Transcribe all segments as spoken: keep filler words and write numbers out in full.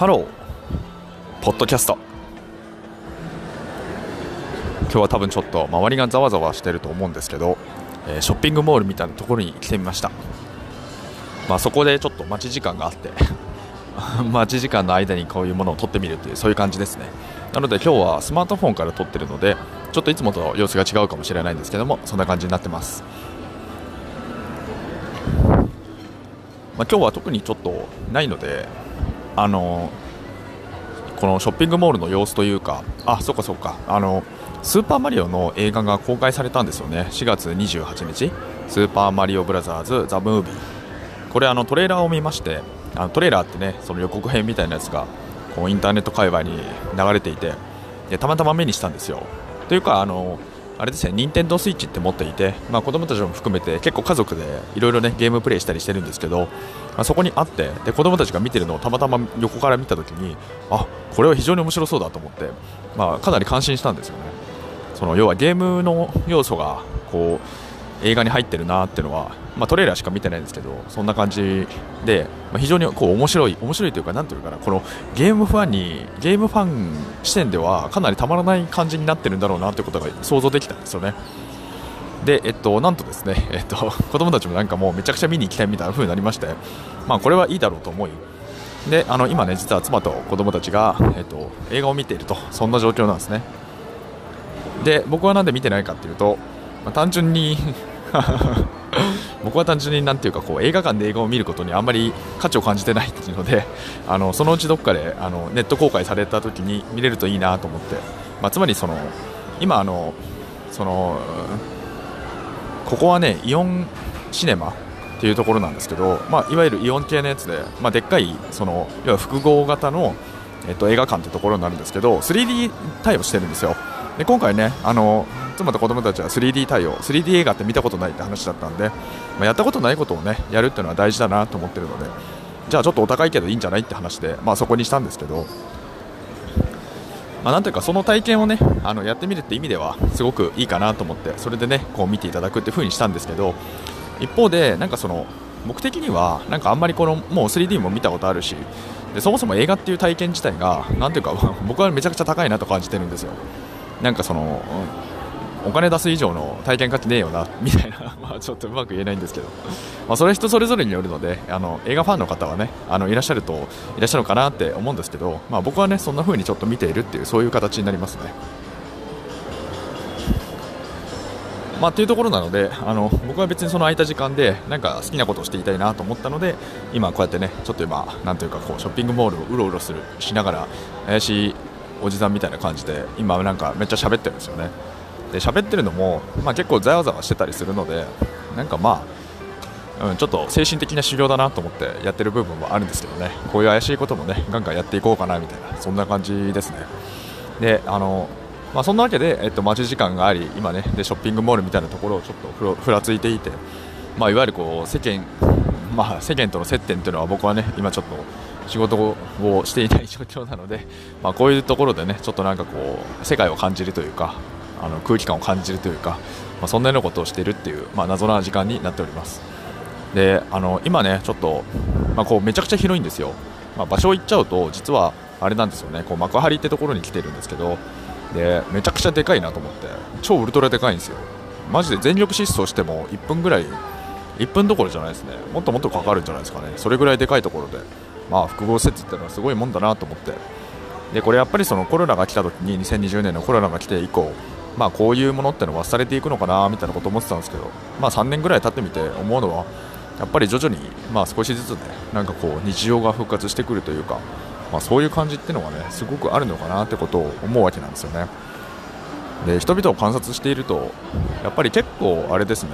ハローポッドキャスト。今日は多分ちょっと周りがざわざわしてると思うんですけど、えー、ショッピングモールみたいなところに来てみました。まあ、そこでちょっと待ち時間があって待ち時間の間にこういうものを撮ってみるという、そういう感じですね。なので今日はスマートフォンから撮ってるので、ちょっといつもと様子が違うかもしれないんですけども、そんな感じになってます。まあ、今日は特にちょっとないので、あのこのショッピングモールの様子というか、あ、そうかそうか、あのスーパーマリオの映画が公開されたんですよね。しがつにじゅうはちにち、スーパーマリオブラザーズザ・ムービー。これあのトレーラーを見まして、あのトレーラーってね、その予告編みたいなやつがこうインターネット界隈に流れていて、でたまたま目にしたんですよ。というかあのあれですね、ニンテンドースイッチって持っていて、まあ、子供たちも含めて結構家族でいろいろねゲームプレイしたりしてるんですけど、まあ、そこにあって、で子供たちが見てるのをたまたま横から見たときに、あ、これは非常に面白そうだと思って、まあ、かなり感心したんですよね。その要はゲームの要素がこう映画に入ってるなっていうのは、まあ、トレーラーしか見てないんですけど、そんな感じで、まあ、非常にこう面白い面白いというか、なんていうかな、このゲームファンにゲームファン視点ではかなりたまらない感じになってるんだろうなということが想像できたんですよね。で、えっと、なんとですね、えっと、子供たちもなんかもうめちゃくちゃ見に行きたいみたいな風になりまして、まあ、これはいいだろうと思い、であの今ね、実は妻と子供たちが、えっと、映画を見ていると、そんな状況なんですね。で僕はなんで見てないかっていうと、まあ、単純に僕は単純になんていうか、こう映画館で映画を見ることにあんまり価値を感じてないっていうので、あのそのうちどっかであのネット公開された時に見れるといいなと思って、まあ、つまりその今あのそのここはねイオンシネマっていうところなんですけど、まあ、いわゆるイオン系のやつで、まあ、でっかいその要は複合型の、えっと、映画館ってところになるんですけど、 スリーディー 対応してるんですよ。で今回ね、あの妻と子供たちは スリーディー 対応 スリーディー 映画って見たことないって話だったんで、まあ、やったことないことをねやるっていうのは大事だなと思ってるので、じゃあちょっとお高いけどいいんじゃないって話で、まあ、そこにしたんですけど、まあ、なんていうかその体験をねあのやってみるって意味ではすごくいいかなと思って、それでねこう見ていただくっていう風にしたんですけど、一方でなんかその僕的にはなんかあんまりこのもう スリーディー も見たことあるし、でそもそも映画っていう体験自体がなんていうか僕はめちゃくちゃ高いなと感じてるんですよ。なんかそのお金出す以上の体験価値ねえよなみたいなまあちょっとうまく言えないんですけど、まあ、それは人それぞれによるので、あの映画ファンの方はねあのいらっしゃるといらっしゃるかなって思うんですけど、まあ、僕はねそんな風にちょっと見ているっていう、そういう形になりますね。まあ、っていうところなので、あの僕は別にその空いた時間でなんか好きなことをしていたいなと思ったので、今こうやってねちょっと今なんというかこうショッピングモールをうろうろするしながら怪しいおじさんみたいな感じで今なんかめっちゃ喋ってるんですよね。で喋ってるのも、まあ、結構ざわざわしてたりするので、なんかまあ、うん、ちょっと精神的な修行だなと思ってやってる部分もあるんですけどね、こういう怪しいこともねガンガンやっていこうかなみたいな、そんな感じですね。であのまあ、そんなわけで、えっと、待ち時間があり、今ねでショッピングモールみたいなところをちょっとふろふらついていて、まあ、いわゆるこう世間、まあ、世間との接点というのは僕はね今ちょっと仕事をしていない状況なので、まあ、こういうところでねちょっとなんかこう世界を感じるというか、あの空気感を感じるというか、まあ、そんなようなことをしているっていう、まあ、謎な時間になっております。であの今ねちょっと、まあ、こうめちゃくちゃ広いんですよ。まあ、場所を行っちゃうと実はあれなんですよね、こう幕張ってところに来てるんですけど、でめちゃくちゃでかいなと思って、超ウルトラでかいんですよ。マジで全力疾走してもいっぷんぐらい、いっぷんどころじゃないですね、もっともっとかかるんじゃないですかね。それぐらいでかいところで、まあ、複合施設ってのはすごいもんだなと思って、でこれやっぱりそのコロナが来た時ににせんにじゅうねんのコロナが来て以降、まあ、こういうものってのはされていくのかなみたいなことを思ってたんですけど、まあ、さんねんぐらい経ってみて思うのは、やっぱり徐々に、まあ、少しずつねなんかこう日常が復活してくるというか、まあ、そういう感じっていうのがねすごくあるのかなってことを思うわけなんですよね。で人々を観察しているとやっぱり結構あれですね、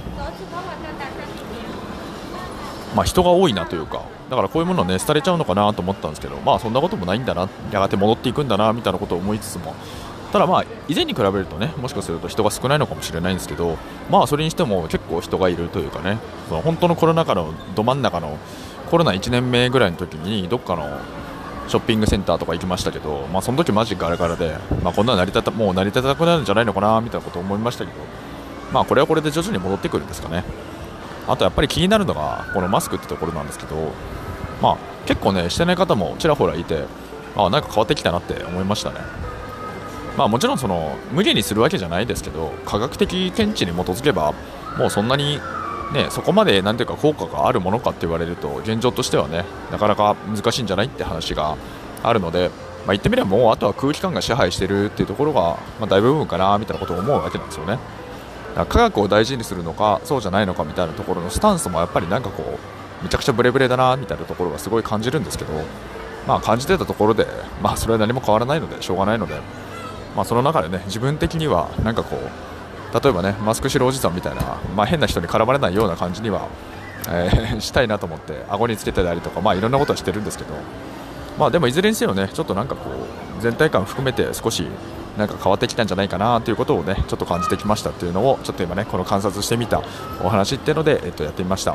まあ、人が多いなというか、だからこういうものをね廃れちゃうのかなと思ったんですけど、まあそんなこともないんだな、やがて戻っていくんだなみたいなことを思いつつも、ただまあ以前に比べるとねもしかすると人が少ないのかもしれないんですけど、まあそれにしても結構人がいるというかね、その本当のコロナ禍のど真ん中のコロナいちねんめぐらいの時にどっかのショッピングセンターとか行きましたけど、まあ、その時マジガラガラで、まあ、こんなの成り立たもう成り立たなくなるんじゃないのかなみたいなことを思いましたけど、まあ、これはこれで徐々に戻ってくるんですかね。あとやっぱり気になるのがこのマスクってところなんですけど、 まあ、結構ねしてない方もちらほらいて、あなんか変わってきたなって思いましたね。まあ、もちろんその無理にするわけじゃないですけど、科学的見地に基づけばもうそんなに、ね、そこまでなんていうか効果があるものかって言われると現状としてはねなかなか難しいんじゃないって話があるので、まあ、言ってみればもうあとは空気感が支配してるっていうところが、まあ、大部分かなみたいなことを思うわけなんですよね。だから科学を大事にするのかそうじゃないのかみたいなところのスタンスもやっぱりなんかこうめちゃくちゃブレブレだなみたいなところがすごい感じるんですけど、まあ感じてたところで、まあ、それは何も変わらないのでしょうがないので、まあ、その中でね自分的にはなんかこう例えばねマスクしろおじさんみたいな、まあ、変な人に絡まれないような感じには、えー、したいなと思って顎につけてたりとか、まあ、いろんなことはしてるんですけど、まあ、でもいずれにせよねちょっとなんかこう全体感含めて少しなんか変わってきたんじゃないかなということをねちょっと感じてきましたっていうのをちょっと今ねこの観察してみたお話っていうので、えっと、やってみました。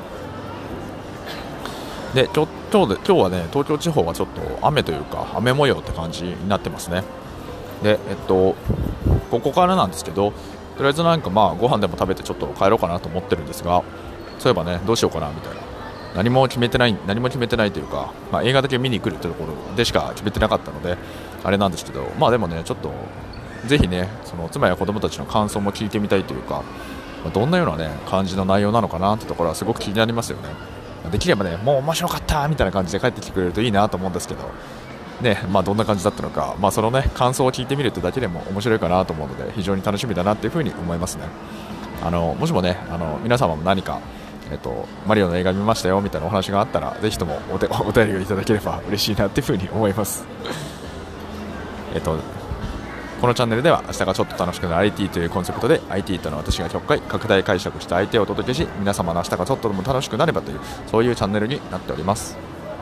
で今日、今日で今日はね東京地方はちょっと雨というか雨模様って感じになってますね。でえっとここからなんですけど、とりあえずなんかまあご飯でも食べてちょっと帰ろうかなと思ってるんですが、そういえばねどうしようかなみたいな何も決めてない何も決めてないというか、まあ、映画だけ見に来るというところでしか決めてなかったのであれなんですけど、まあでもねちょっとぜひねその妻や子供たちの感想も聞いてみたいというか、まあ、どんなようなね感じの内容なのかなってところはすごく気になりますよね。できればねもう面白かったみたいな感じで帰ってきてくれるといいなと思うんですけどね、まあ、どんな感じだったのか、まあ、そのね感想を聞いてみるとだけでも面白いかなと思うので非常に楽しみだなというふうに思いますね。あのもしもねあの皆様も何か、えっと、マリオの映画見ましたよみたいなお話があったらぜひともお手お便りをいただければ嬉しいなというふうに思いますえっとこのチャンネルでは明日がちょっと楽しくなる アイティー というコンセプトで アイティー との私がひゃっかい拡大解釈した相手をお届けし皆様の明日がちょっとでも楽しくなればというそういうチャンネルになっております。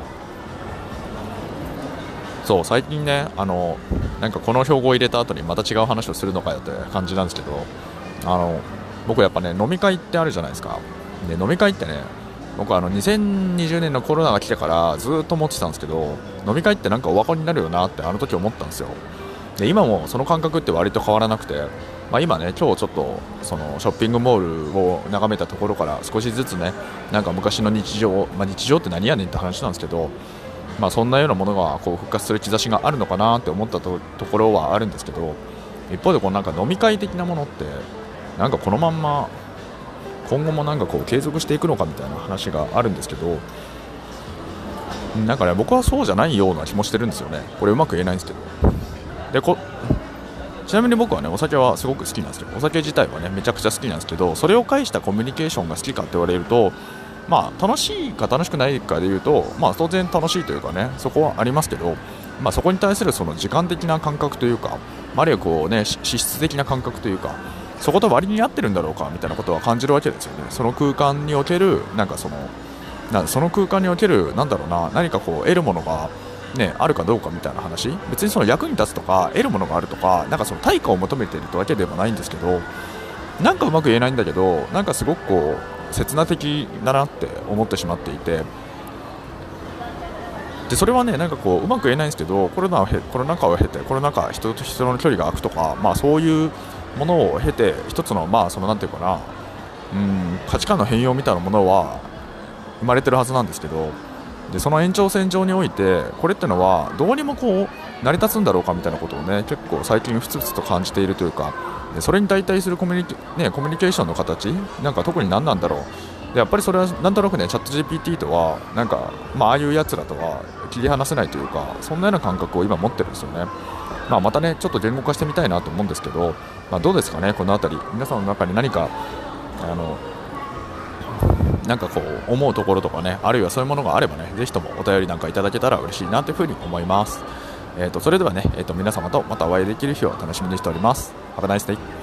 そう最近ねあのなんかこの標語を入れた後にまた違う話をするのかよって感じなんですけど、あの僕やっぱね飲み会ってあるじゃないですか。で飲み会ってね僕はあのにせんにじゅうねんのコロナが来てからずっと思ってたんですけど、飲み会ってなんかお分かりになるよなってあの時思ったんですよ。で今もその感覚って割と変わらなくて、まあ、今ね今日ちょっとそのショッピングモールを眺めたところから少しずつねなんか昔の日常、まあ、日常って何やねんって話なんですけど、まあ、そんなようなものがこう復活する兆しがあるのかなって思ったと、ところはあるんですけど、一方でこうなんか飲み会的なものってなんかこのまんま今後もなんかこう継続していくのかみたいな話があるんですけど、なんかね僕はそうじゃないような気もしてるんですよね。これうまく言えないんですけど、でこちなみに僕はねお酒はすごく好きなんですよ。お酒自体はねめちゃくちゃ好きなんですけど、それを介したコミュニケーションが好きかって言われると、まあ楽しいか楽しくないかでいうと、まあ当然楽しいというかねそこはありますけど、まあそこに対するその時間的な感覚というか、あるいはこうね資質的な感覚というか、そこと割に合ってるんだろうかみたいなことは感じるわけですよね。その空間におけるなんかそのなその空間におけるなんだろうな何かこう得るものがね、あるかどうかみたいな話、別にその役に立つとか得るものがあるとかなんかその対価を求めているわけではないんですけど、なんかうまく言えないんだけどなんかすごくこう刹那的だなって思ってしまっていて、でそれはねなんかこううまく言えないんですけど、コロナをへコロナ禍を経てコロナ禍人と人の距離が空くとか、まあそういうものを経て一つのまあそのなんていうかなうん価値観の変容みたいなものは生まれてるはずなんですけど、でその延長線上においてこれってのはどうにもこう成り立つんだろうかみたいなことをね結構最近ふつふつと感じているというか、でそれに代替するコミュニケ、ね、コミュニケーションの形なんか特に何なんだろう。でやっぱりそれはなんとなくねチャット ジーピーティー とはなんか、まあ、ああいうやつらとは切り離せないというか、そんなような感覚を今持ってるんですよね。まあ、またねちょっと言語化してみたいなと思うんですけど、まあ、どうですかねこのあたり皆さんの中に何かあのなんかこう思うところとかね、あるいはそういうものがあればねぜひともお便りなんかいただけたら嬉しいなというふうに思います。えーとそれではね、えーと皆様とまたお会いできる日を楽しみにしております。Have a nice day.